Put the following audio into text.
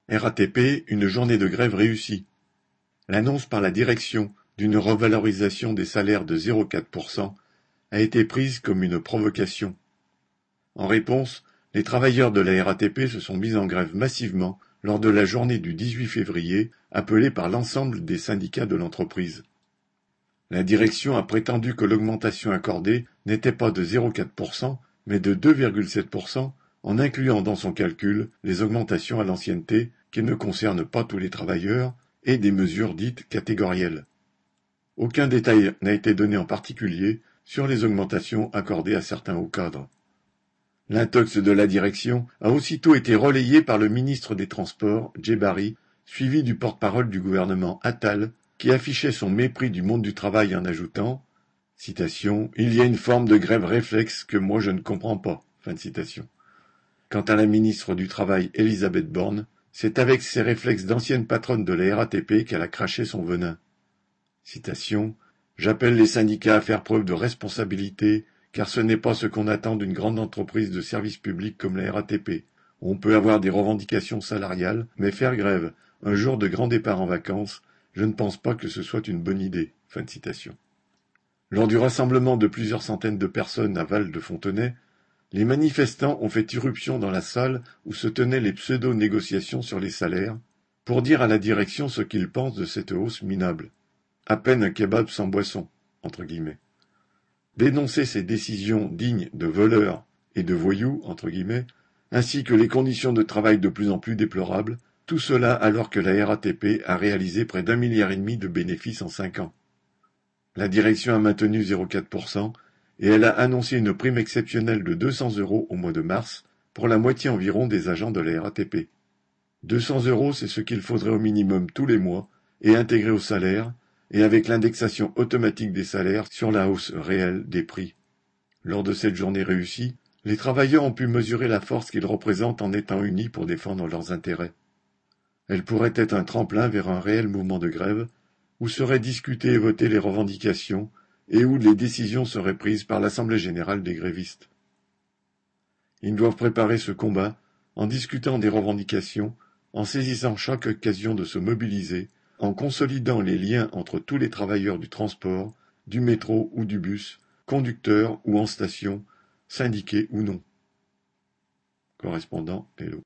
RATP, une journée de grève réussie. L'annonce par la direction d'une revalorisation des salaires de 0,4% a été prise comme une provocation. En réponse, les travailleurs de la RATP se sont mis en grève massivement lors de la journée du 18 février, appelée par l'ensemble des syndicats de l'entreprise. La direction a prétendu que l'augmentation accordée n'était pas de 0,4%, mais de 2,7%, en incluant dans son calcul les augmentations à l'ancienneté qui ne concernent pas tous les travailleurs et des mesures dites catégorielles. Aucun détail n'a été donné en particulier sur les augmentations accordées à certains hauts cadres. L'intox de la direction a aussitôt été relayé par le ministre des Transports, Djebari, suivi du porte-parole du gouvernement Attal, qui affichait son mépris du monde du travail en ajoutant citation, « Il y a une forme de grève réflexe que moi je ne comprends pas ». Fin de citation. Quant à la ministre du Travail Elisabeth Borne, c'est avec ses réflexes d'ancienne patronne de la RATP qu'elle a craché son venin. Citation, « J'appelle les syndicats à faire preuve de responsabilité, car ce n'est pas ce qu'on attend d'une grande entreprise de service public comme la RATP. On peut avoir des revendications salariales, mais faire grève un jour de grand départ en vacances, je ne pense pas que ce soit une bonne idée. » Fin de citation. Lors du rassemblement de plusieurs centaines de personnes à Val-de-Fontenay, les manifestants ont fait irruption dans la salle où se tenaient les pseudo-négociations sur les salaires, pour dire à la direction ce qu'ils pensent de cette hausse minable. À peine un kebab sans boisson, entre guillemets. Dénoncer ces décisions dignes de voleurs et de voyous, entre guillemets, ainsi que les conditions de travail de plus en plus déplorables, tout cela alors que la RATP a réalisé près d'1,5 milliard de bénéfices en 5 ans. La direction a maintenu 0,4% et elle a annoncé une prime exceptionnelle de 200 € au mois de mars pour la moitié environ des agents de la RATP. 200 €, c'est ce qu'il faudrait au minimum tous les mois et intégré au salaire, et avec l'indexation automatique des salaires sur la hausse réelle des prix. Lors de cette journée réussie, les travailleurs ont pu mesurer la force qu'ils représentent en étant unis pour défendre leurs intérêts. Elle pourrait être un tremplin vers un réel mouvement de grève, où seraient discutées et votées les revendications, et où les décisions seraient prises par l'Assemblée générale des grévistes. Ils doivent préparer ce combat en discutant des revendications, en saisissant chaque occasion de se mobiliser, en consolidant les liens entre tous les travailleurs du transport, du métro ou du bus, conducteurs ou en station, syndiqués ou non. Correspondant Hello.